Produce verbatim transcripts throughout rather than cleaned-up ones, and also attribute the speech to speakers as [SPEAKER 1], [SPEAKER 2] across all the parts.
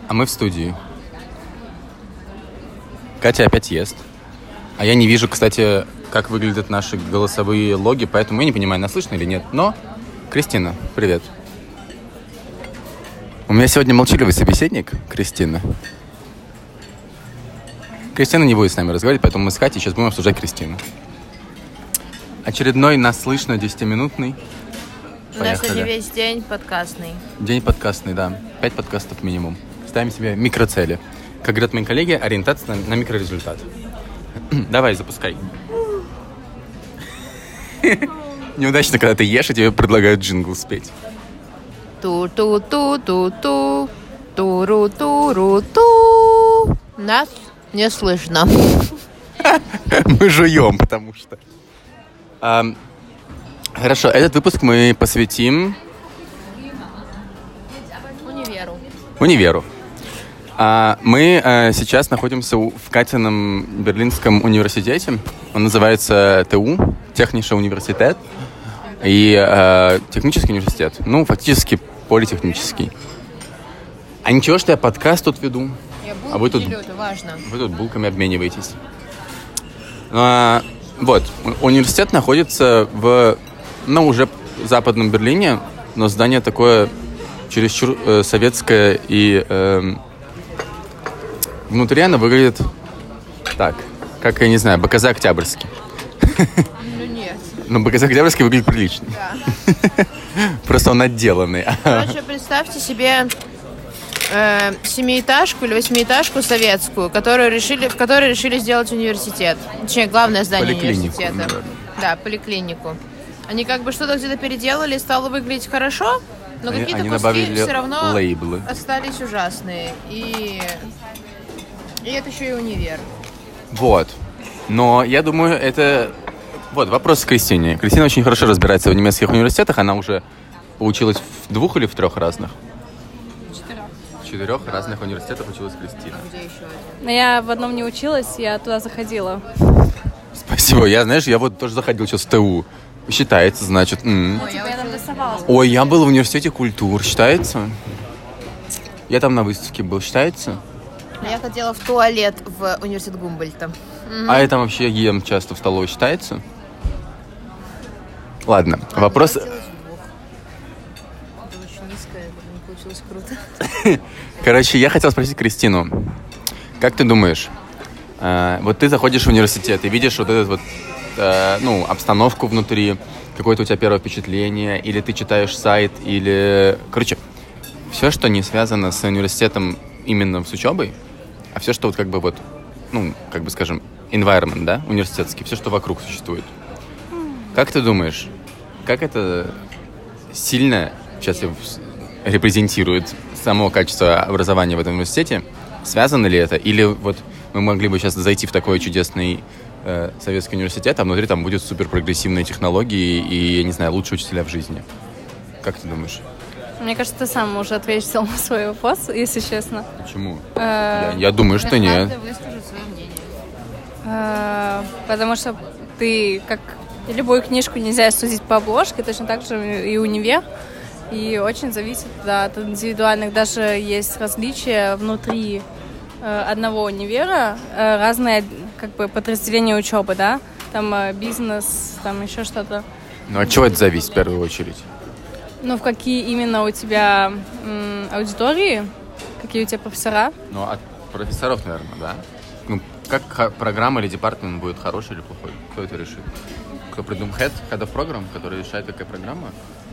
[SPEAKER 1] А мы в студии. Катя опять ест. А я не вижу, кстати, как выглядят наши голосовые логи, поэтому я не понимаю, нас слышно или нет. Но, Кристина, привет. У меня сегодня молчаливый собеседник, Кристина. Кристина не будет с нами разговаривать, поэтому мы с Катей сейчас будем обсуждать Кристину. Очередной нас слышно десятиминутный.
[SPEAKER 2] У нас сегодня весь день подкастный.
[SPEAKER 1] День подкастный, да. Пять подкастов минимум. Ставим себе микроцели. Как говорят мои коллеги, ориентация на, на микрорезультат. Давай, запускай. Неудачно, когда ты ешь, и тебе предлагают джингл спеть.
[SPEAKER 2] Ту-ту-ту-ту-ту. Туру-туру-ту. Нас не слышно.
[SPEAKER 1] Мы жуем, потому что... А, хорошо, этот выпуск мы посвятим...
[SPEAKER 2] Универу.
[SPEAKER 1] Универу. А, мы а, сейчас находимся в Катином Берлинском университете. Он называется ТУ, Технischen Universität. И а, технический университет. Ну, фактически политехнический. А ничего, что я подкаст тут веду.
[SPEAKER 2] Я булки
[SPEAKER 1] а вы тут,
[SPEAKER 2] делю, это важно.
[SPEAKER 1] Вы тут булками обмениваетесь. А, вот, университет находится в, ну, уже западном Берлине, но здание такое чересчур э, советское, и э, внутри оно выглядит так, как, я не знаю, БКЗ-Октябрьский.
[SPEAKER 2] Ну нет.
[SPEAKER 1] Но БКЗ-Октябрьский выглядит прилично.
[SPEAKER 2] Да.
[SPEAKER 1] Просто он отделанный.
[SPEAKER 2] Короче, представьте себе э, семиэтажку или восьмиэтажку советскую, которую решили, в которой решили сделать университет. Точнее, главное здание университета.
[SPEAKER 1] Наверное.
[SPEAKER 2] Да, поликлинику. Они как бы что-то где-то переделали, стало выглядеть хорошо, но
[SPEAKER 1] Они,
[SPEAKER 2] какие-то
[SPEAKER 1] они
[SPEAKER 2] куски все равно
[SPEAKER 1] лейблы.
[SPEAKER 2] остались ужасные. И... и это еще и универ.
[SPEAKER 1] Вот. Но я думаю, это... Вот, вопрос к Кристине. Кристина очень хорошо разбирается в немецких университетах. Она уже поучилась в двух или в трех разных?
[SPEAKER 3] Четырех.
[SPEAKER 1] В четырех разных университетах училась Кристина.
[SPEAKER 2] А где еще один?
[SPEAKER 3] Но я в одном не училась, я туда заходила.
[SPEAKER 1] Спасибо. Я, знаешь, я вот тоже заходил сейчас в ТУ. Считается, значит. М-м.
[SPEAKER 2] Ой,
[SPEAKER 3] Типа
[SPEAKER 2] я
[SPEAKER 3] я там
[SPEAKER 2] училась.
[SPEAKER 3] тусовалась.
[SPEAKER 1] Ой, я был в университете культур. Считается? Я там на выставке был. Считается?
[SPEAKER 2] Я ходила в туалет в университет Гумбольдта.
[SPEAKER 1] А я там вообще ем часто в столовой. Считается? Ладно.
[SPEAKER 2] А,
[SPEAKER 1] Вопрос...
[SPEAKER 2] я училась в двух. Это очень низкое, это не получилось круто.
[SPEAKER 1] Короче, я хотел спросить Кристину. Как ты думаешь, э, вот ты заходишь в университет и видишь вот эту вот, э, ну, обстановку внутри, какое-то у тебя первое впечатление, или ты читаешь сайт, или... Короче, все, что не связано с университетом именно с учебой, а все, что вот как бы вот, ну, как бы скажем, environment, да, университетский, все, что вокруг существует. Как ты думаешь, как это сильно сейчас репрезентирует само качество образования в этом университете? Связано ли это? Или вот мы могли бы сейчас зайти в такой чудесный э, советский университет, а внутри там будет супер прогрессивные технологии и, я не знаю, лучшие учителя в жизни? Как ты думаешь?
[SPEAKER 3] Мне кажется, ты сам уже ответил на свой вопрос, если честно.
[SPEAKER 1] Почему?
[SPEAKER 3] Э,
[SPEAKER 1] Я, я думаю, что нет.
[SPEAKER 2] Каждый выскажет свое мнение.
[SPEAKER 3] э, Потому что ты, как и любую книжку нельзя судить по обложке, точно так же и универ. И очень зависит, да, от индивидуальных. Даже есть различия внутри э, одного универа, э, разные как бы подразделения учебы, да. Там э, бизнес, там еще что-то.
[SPEAKER 1] Ну, от чего это зависит в первую очередь?
[SPEAKER 3] Ну, в какие именно у тебя м, аудитории, какие у тебя профессора.
[SPEAKER 1] Ну, от профессоров, наверное, да? Ну, как ха- программа или департамент будет хороший или плохой? Кто это решит? Кто придумал? Head, head of program, который решает, какая программа?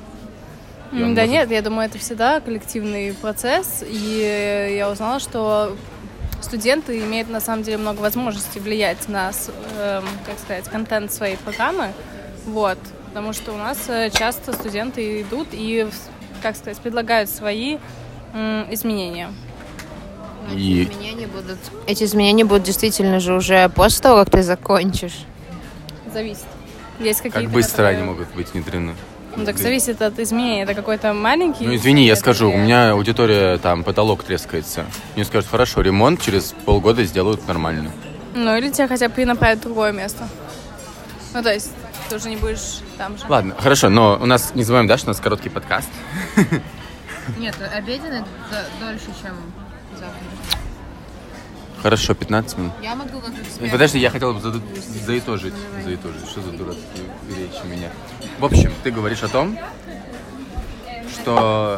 [SPEAKER 1] И он
[SPEAKER 3] Да
[SPEAKER 1] может-
[SPEAKER 3] нет, я думаю, это всегда коллективный процесс. И я узнала, что студенты имеют на самом деле много возможностей влиять на, с- эм, как сказать, контент своей программы. Вот. Потому что у нас э, часто студенты идут и, как сказать, предлагают свои м, изменения.
[SPEAKER 1] И-
[SPEAKER 2] Эти изменения будут... Эти изменения будут действительно же уже после того, как ты закончишь.
[SPEAKER 3] Зависит. Есть какие-то,
[SPEAKER 1] Как быстро
[SPEAKER 3] которые-
[SPEAKER 1] они могут быть внедрены?
[SPEAKER 3] Ну, так зависит от изменений. Это какой-то маленький...
[SPEAKER 1] Ну, извини, я
[SPEAKER 3] это
[SPEAKER 1] скажу,
[SPEAKER 3] или-
[SPEAKER 1] у меня аудитория, там, потолок трескается. Мне скажут, хорошо, ремонт через полгода сделают нормально.
[SPEAKER 3] Ну, или тебя хотя бы направят в другое место. Ну, то есть, ты уже не будешь там же.
[SPEAKER 1] Ладно, хорошо, но у нас, не забываем, да, что у нас короткий подкаст.
[SPEAKER 2] Нет, обеденный дольше, чем завтра.
[SPEAKER 1] Хорошо, пятнадцать минут.
[SPEAKER 2] Я могу как эксперт.
[SPEAKER 1] Подожди, я хотел бы за- заитожить. Заитожить. Что за дурацкие речи у меня? В общем, ты говоришь о том, что...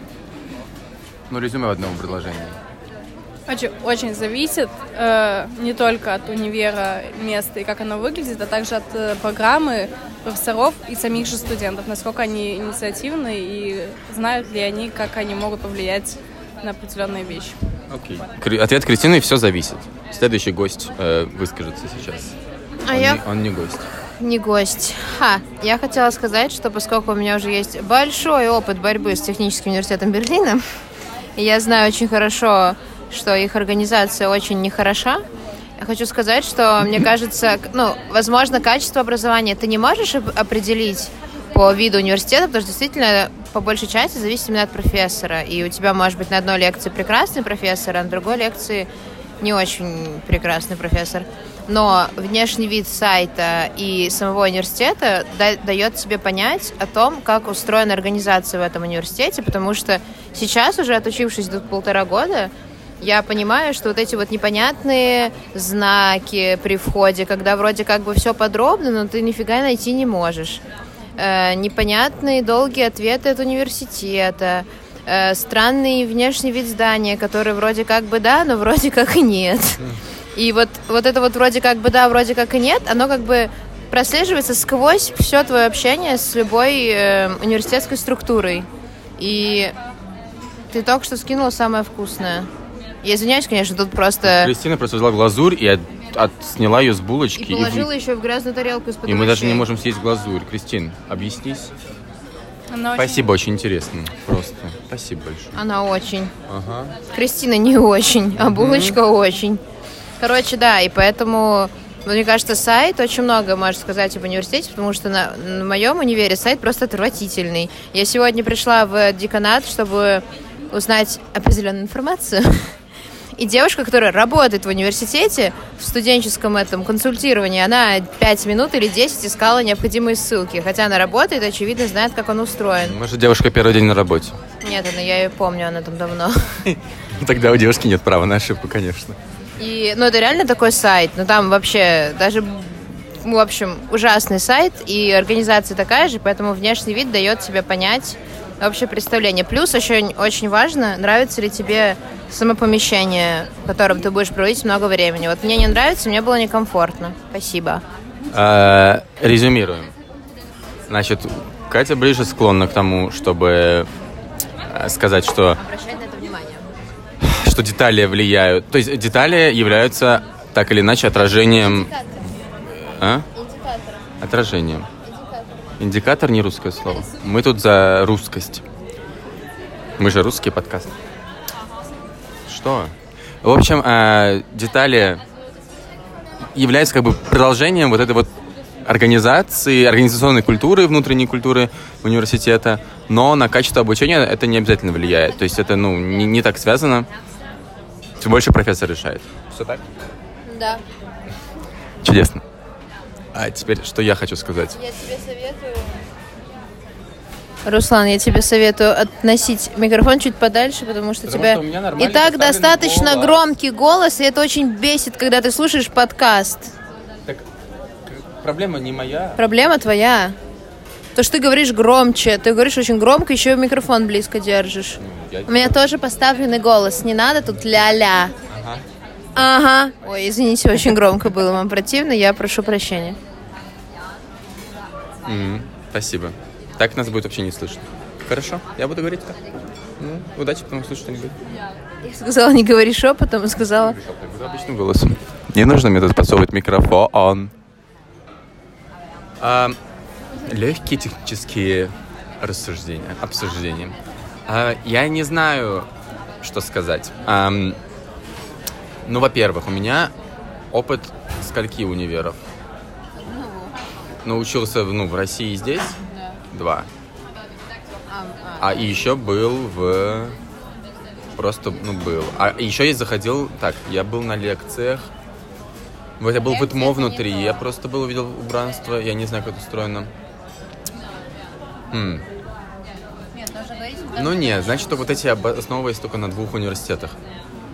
[SPEAKER 1] Ну, резюме в одном предложении.
[SPEAKER 3] Очень, очень зависит э, не только от универа места и как оно выглядит, а также от э, программы, профессоров и самих же студентов, насколько они инициативны и знают ли они, как они могут повлиять на определенные вещи.
[SPEAKER 1] Окей. Кри- Ответ Кристины: все зависит. Следующий гость э, выскажется сейчас.
[SPEAKER 2] А
[SPEAKER 1] он,
[SPEAKER 2] я-
[SPEAKER 1] не, он не гость.
[SPEAKER 2] Не гость. Ха, я хотела сказать, что поскольку у меня уже есть большой опыт борьбы с Техническим университетом Берлина, и я знаю очень хорошо, что их организация очень нехороша, я хочу сказать, что, мне кажется, ну, возможно, качество образования ты не можешь оп- определить по виду университета, потому что действительно по большей части зависит именно от профессора. И у тебя может быть на одной лекции прекрасный профессор, а на другой лекции не очень прекрасный профессор. Но внешний вид сайта и самого университета да- дает тебе понять о том, как устроена организация в этом университете, потому что сейчас, уже отучившись тут полтора года, я понимаю, что вот эти вот непонятные знаки при входе, когда вроде как бы все подробно, но ты нифига найти не можешь. Э, непонятные долгие ответы от университета, э, странный внешний вид здания, который вроде как бы да, но вроде как и нет. И вот, вот это вот вроде как бы да, вроде как и нет, оно как бы прослеживается сквозь все твое общение с любой э, университетской структурой. И ты только что скинула самое вкусное. Я извиняюсь, конечно, тут просто...
[SPEAKER 1] Кристина просто взяла глазурь и от, от- сняла ее с булочки.
[SPEAKER 2] И положила
[SPEAKER 1] вы-
[SPEAKER 2] еще в грязную тарелку из-под
[SPEAKER 1] и мы даже
[SPEAKER 2] овощей.
[SPEAKER 1] не можем съесть глазурь. Кристин, объяснись.
[SPEAKER 3] Она очень-
[SPEAKER 1] Спасибо, очень интересно. Просто. Спасибо большое.
[SPEAKER 2] Она очень.
[SPEAKER 1] Ага.
[SPEAKER 2] Кристина не очень, а булочка очень. Короче, да, и поэтому, ну, мне кажется, сайт очень много может сказать об университете, потому что на, на моем универе сайт просто отвратительный. Я сегодня пришла в деканат, чтобы узнать определенную информацию. И девушка, которая работает в университете, в студенческом этом консультировании, она пять минут или десять искала необходимые ссылки. Хотя она работает, очевидно, знает, как он устроен.
[SPEAKER 1] Может, девушка первый день на работе?
[SPEAKER 2] Нет, она, я ее помню, она там давно.
[SPEAKER 1] Тогда у девушки нет права на ошибку, конечно.
[SPEAKER 2] И, ну, это реально такой сайт. Ну, там вообще даже, в общем, ужасный сайт, и организация такая же, поэтому внешний вид дает тебе понять общее представление. Плюс еще очень важно, нравится ли тебе само помещение, в котором ты будешь проводить много времени. Вот мне не нравится, мне было некомфортно. Спасибо.
[SPEAKER 1] Э, Резюмируем. Значит, Катя ближе склонна к тому, чтобы э, сказать, что,
[SPEAKER 2] Обращать на это внимание.
[SPEAKER 1] что детали влияют. То есть детали являются так или иначе отражением... А?
[SPEAKER 2] Индикатор.
[SPEAKER 1] Отражением.
[SPEAKER 2] Индикатор.
[SPEAKER 1] Индикатор не русское слово. Мы тут за русскость. Мы же русский подкаст. Что? В общем, э, детали являются как бы продолжением вот этой вот организации, организационной культуры, внутренней культуры университета, но на качество обучения это не обязательно влияет. То есть это, ну, не, не так связано. Все больше профессор решает. Все так?
[SPEAKER 2] Да.
[SPEAKER 1] Чудесно. А теперь, что я хочу сказать?
[SPEAKER 2] Я тебе советую... Руслан, я тебе советую относить микрофон чуть подальше, потому что у
[SPEAKER 1] Потому
[SPEAKER 2] тебя
[SPEAKER 1] что у меня
[SPEAKER 2] и
[SPEAKER 1] нормально
[SPEAKER 2] так
[SPEAKER 1] поставленный
[SPEAKER 2] достаточно
[SPEAKER 1] голос.
[SPEAKER 2] громкий голос, и это очень бесит, когда ты слушаешь подкаст.
[SPEAKER 1] Так, проблема не моя.
[SPEAKER 2] Проблема твоя. То, что ты говоришь громче, ты говоришь очень громко, еще и микрофон близко держишь.
[SPEAKER 1] Я-
[SPEAKER 2] У меня тоже поставленный голос, не надо тут ля-ля.
[SPEAKER 1] Ага.
[SPEAKER 2] Ага. Ой, извините, очень громко было, вам противно, я прошу прощения.
[SPEAKER 1] Мгм. Спасибо. Так нас будет вообще не слышно. Хорошо, я буду говорить так. Ну, удачи, потом услышать что-нибудь.
[SPEAKER 2] Я сказала, не говори шепотом, и сказала...
[SPEAKER 1] Я буду обычным голосом. Не нужно мне тут подсовывать микрофон. А, легкие технические рассуждения, обсуждения. А, я не знаю, что сказать. Ам, ну, во-первых, у меня опыт скольки универов? Ну, учился ну, в России и здесь. Два. А и еще был в... Просто, ну, был. А еще я заходил... Так, я был на лекциях. Вот я был в ИТМО внутри. Я просто был, увидел убранство. Я не знаю, как это устроено. Хм. Ну нет, значит, что вот эти об- основываясь только на двух университетах.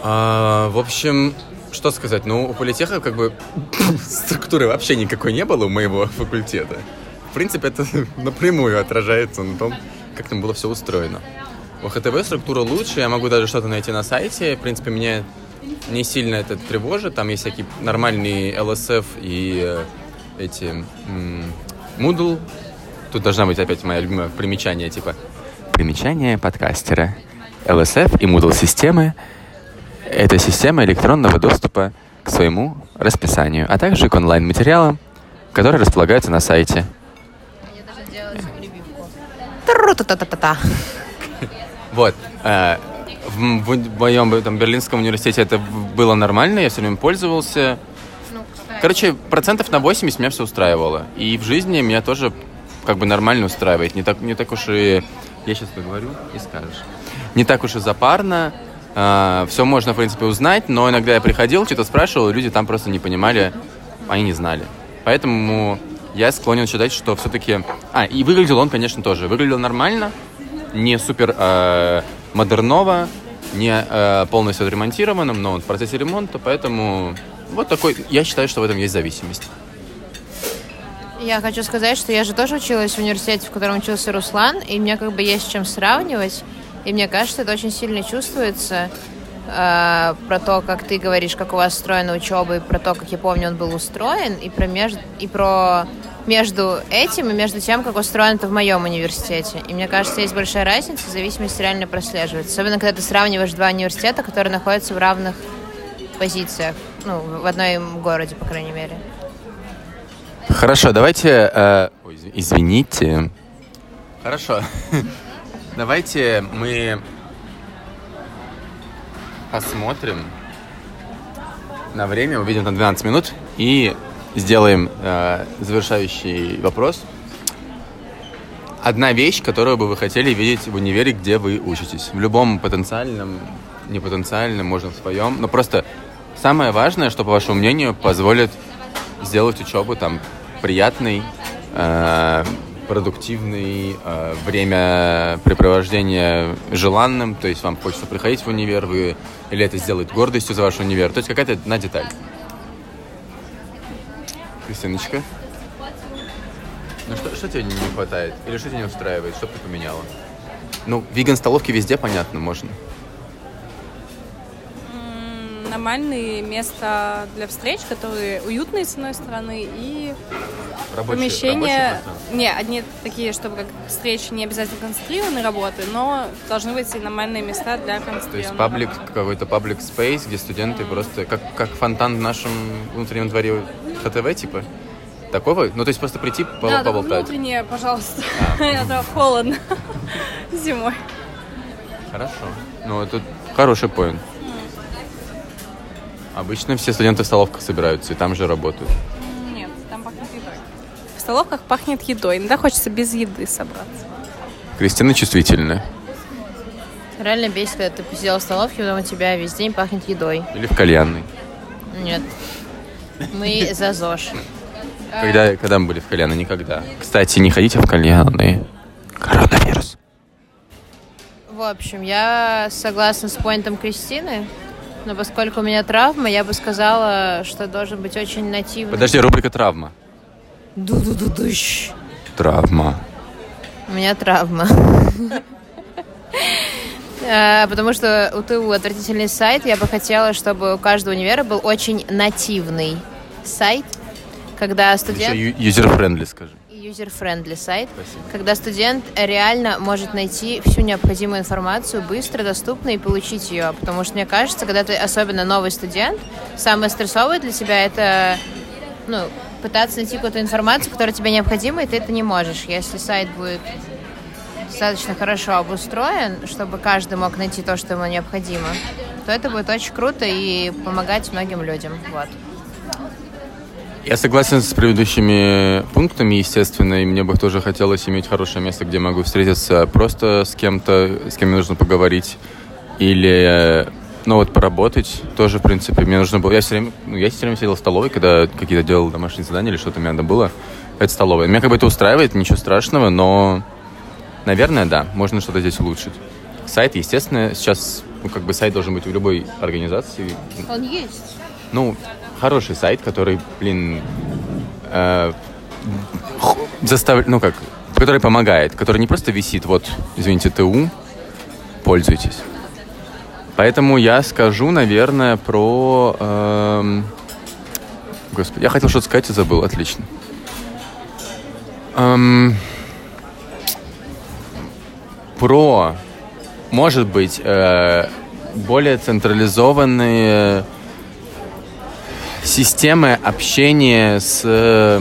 [SPEAKER 1] А, в общем, что сказать? Ну, у политеха как бы структуры вообще никакой не было у моего факультета. В принципе, это напрямую отражается на том, как там было все устроено. У ХТВ структура лучше, я могу даже что-то найти на сайте. В принципе, меня не сильно это тревожит. Там есть всякие нормальные эл эс эф и э, эти м- Moodle. Тут должна быть опять моя любимая примечание, типа примечание подкастера. эл эс эф и Moodle системы — это система электронного доступа к своему расписанию, а также к онлайн-материалам, которые располагаются на сайте.
[SPEAKER 2] Я даже делала прибивку. Тру-та-та-та-та.
[SPEAKER 1] Вот. Э, в, в моем там, Берлинском университете это было нормально, я все время пользовался.
[SPEAKER 2] Ну, кстати.
[SPEAKER 1] Короче, процентов на восемьдесят меня все устраивало. И в жизни меня тоже как бы нормально устраивает. Не так, не так уж и... Я сейчас поговорю и скажешь. Не так уж и запарно. Э, все можно, в принципе, узнать, но иногда я приходил, что-то спрашивал, и люди там просто не понимали, они не знали. Поэтому я склонен считать, что все-таки... А, и выглядел он, конечно, тоже. Выглядел нормально. Не супер э, модерново, не э, полностью отремонтированным, но он в процессе ремонта, поэтому вот такой, я считаю, что в этом есть зависимость.
[SPEAKER 2] Я хочу сказать, что я же тоже училась в университете, в котором учился Руслан, и мне как бы есть с чем сравнивать, и мне кажется, это очень сильно чувствуется э, про то, как ты говоришь, как у вас устроена учеба, и про то, как я помню, он был устроен, и про, меж... и про между этим и между тем, как устроено это в моем университете. И мне кажется, есть большая разница, зависимость реально прослеживается. Особенно, когда ты сравниваешь два университета, которые находятся в равных позициях, ну, в одном городе, по крайней мере.
[SPEAKER 1] Хорошо, давайте... Э, ой, извините. Хорошо. Давайте мы посмотрим на время, увидим на двенадцать минут и сделаем э, завершающий вопрос. Одна вещь, которую бы вы хотели видеть в универе, где вы учитесь. В любом потенциальном, непотенциальном, можно в своем. Но просто самое важное, что, по вашему мнению, позволит сделать учебу там приятной, э, продуктивной, э, времяпрепровождение желанным. То есть вам хочется приходить в универ, вы, или это сделает гордостью за ваш универ. То есть какая-то одна деталь. Кристиночка, ну что, что тебе не хватает? Или что тебя не устраивает? Что бы ты поменяла? Ну, веган-столовки везде, понятно, можно.
[SPEAKER 3] М, Нормальные места для встреч, которые уютные, с одной стороны, и
[SPEAKER 1] Рабочие,
[SPEAKER 3] помещения...
[SPEAKER 1] рабочие
[SPEAKER 3] Не, одни такие, чтобы как встречи не обязательно концентрированные работы, но должны быть и нормальные места для концентрированной
[SPEAKER 1] То есть паблик,
[SPEAKER 3] работы.
[SPEAKER 1] какой-то паблик спейс, где студенты просто... Как, как фонтан в нашем внутреннем дворе ХТВ, типа? Такого? Ну, то есть просто прийти, по-
[SPEAKER 3] Да, только
[SPEAKER 1] поболтать.
[SPEAKER 3] внутреннее, пожалуйста. Это холодно зимой.
[SPEAKER 1] Хорошо. Ну, это хороший поинт. Обычно все студенты в столовках собираются и там же работают.
[SPEAKER 3] Нет, там пахнет едой. В столовках пахнет едой. Иногда хочется без еды собраться.
[SPEAKER 1] Кристина чувствительная.
[SPEAKER 2] Реально бесит, когда ты посидел в столовке, потом у тебя весь день пахнет едой.
[SPEAKER 1] Или в кальянной.
[SPEAKER 2] Нет. Мы за ЗОЖ.
[SPEAKER 1] Когда, когда мы были в кальянной? Никогда. Кстати, не ходите в кальянные. Коронавирус.
[SPEAKER 2] В общем, я согласна с поинтом Кристины, но поскольку у меня травма, я бы сказала, что должен быть очень нативный...
[SPEAKER 1] Подожди, рубрика «Травма».
[SPEAKER 2] Ду-ду-ду-дыщ.
[SPEAKER 1] Травма.
[SPEAKER 2] У меня травма. Потому что у ТУ отвратительный сайт. Я бы хотела, чтобы у каждого универа был очень нативный сайт, когда студент...
[SPEAKER 1] Еще юзер-френдли, скажи.
[SPEAKER 2] User-friendly сайт,
[SPEAKER 1] Спасибо.
[SPEAKER 2] когда студент реально может найти всю необходимую информацию быстро, доступно и получить ее. Потому что, мне кажется, когда ты особенно новый студент, самое стрессовое для тебя это ну, пытаться найти какую-то информацию, которая тебе необходима, и ты это не можешь. Если сайт будет достаточно хорошо обустроен, чтобы каждый мог найти то, что ему необходимо, то это будет очень круто и помогать многим людям. Вот.
[SPEAKER 1] Я согласен с предыдущими пунктами, естественно, и мне бы тоже хотелось иметь хорошее место, где могу встретиться просто с кем-то, с кем мне нужно поговорить, или, ну вот, поработать тоже, в принципе. Мне нужно было... Я все время, ну, я все время сидел в столовой, когда какие-то делал домашние задания или что-то мне надо было. Это столовая. Меня как бы это устраивает, ничего страшного, но, наверное, да, можно что-то здесь улучшить. Сайт, естественно, сейчас ну, как бы сайт должен быть у любой организации.
[SPEAKER 2] Он есть.
[SPEAKER 1] Ну, хороший сайт, который, блин, э, застав... ну как, который помогает, который не просто висит, вот, извините, ТУ, пользуйтесь. Поэтому я скажу, наверное, про... Эм... Господи, я хотел что-то сказать и забыл, отлично. Эм... Про, может быть, э, более централизованные системы общения с э,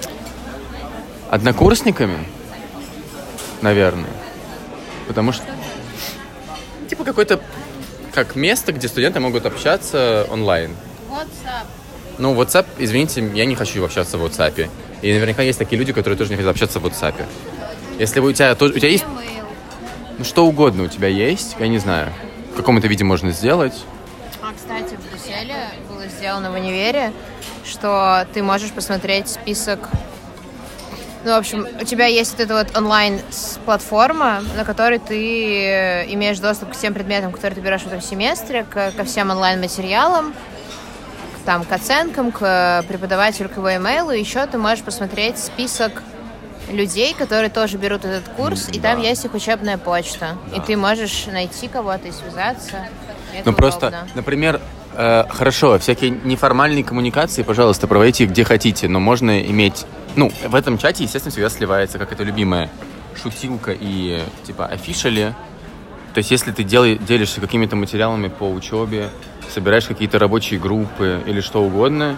[SPEAKER 1] однокурсниками, наверное. Потому что типа какое-то как место, где студенты могут общаться онлайн.
[SPEAKER 2] WhatsApp.
[SPEAKER 1] Ну, WhatsApp, извините, я не хочу общаться в WhatsApp. И наверняка есть такие люди, которые тоже не хотят общаться в WhatsApp. Если у тебя, то, у тебя есть... Ну, что угодно у тебя есть, я не знаю. В каком это виде можно сделать.
[SPEAKER 2] А, кстати, в Брюсселе было сделано в универе, что ты можешь посмотреть список... Ну, в общем, у тебя есть вот эта вот онлайн-платформа, на которой ты имеешь доступ к тем предметам, которые ты берешь в этом семестре, к, ко всем онлайн-материалам, к, там, к оценкам, к преподавателю, к его имейлу. Еще ты можешь посмотреть список людей, которые тоже берут этот курс,
[SPEAKER 1] да.
[SPEAKER 2] И там есть их учебная почта.
[SPEAKER 1] Да.
[SPEAKER 2] И ты можешь найти кого-то и связаться. И это
[SPEAKER 1] ну, просто,
[SPEAKER 2] удобно.
[SPEAKER 1] например, э, хорошо, всякие неформальные коммуникации, пожалуйста, проводите их где хотите, но можно иметь... Ну, в этом чате, естественно, всегда сливается, как это любимая шутилка и, типа, officially. То есть, если ты дел, делишься какими-то материалами по учебе, собираешь какие-то рабочие группы или что угодно,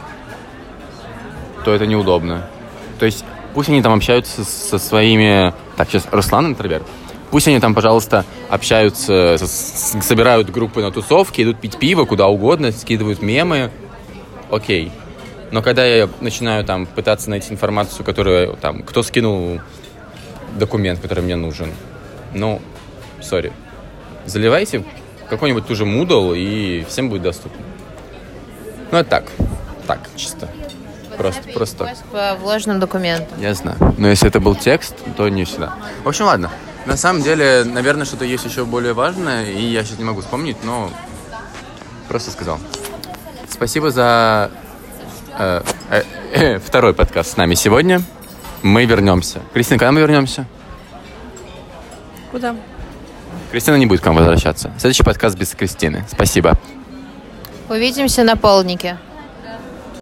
[SPEAKER 1] то это неудобно. То есть, пусть они там общаются со своими... Так, сейчас Руслан Интроверт. Пусть они там, пожалуйста, общаются, с... собирают группы на тусовки, идут пить пиво куда угодно, скидывают мемы. Окей. Но когда я начинаю там пытаться найти информацию, которую там... Кто скинул документ, который мне нужен? Ну, сори. Заливайте какой-нибудь ту же Moodle, и всем будет доступно. Ну, это так. Так, чисто. Просто, просто.
[SPEAKER 2] Поиск по вложенным документам.
[SPEAKER 1] Я знаю. Но если это был текст, то не всегда. В общем, ладно. На самом деле, наверное, что-то есть еще более важное, и я сейчас не могу вспомнить, но просто сказал. Спасибо за э, э, э, второй подкаст с нами сегодня. Мы вернемся. Кристина, когда мы вернемся?
[SPEAKER 3] Куда?
[SPEAKER 1] Кристина не будет к вам возвращаться. Следующий подкаст без Кристины. Спасибо.
[SPEAKER 2] Увидимся на полднике.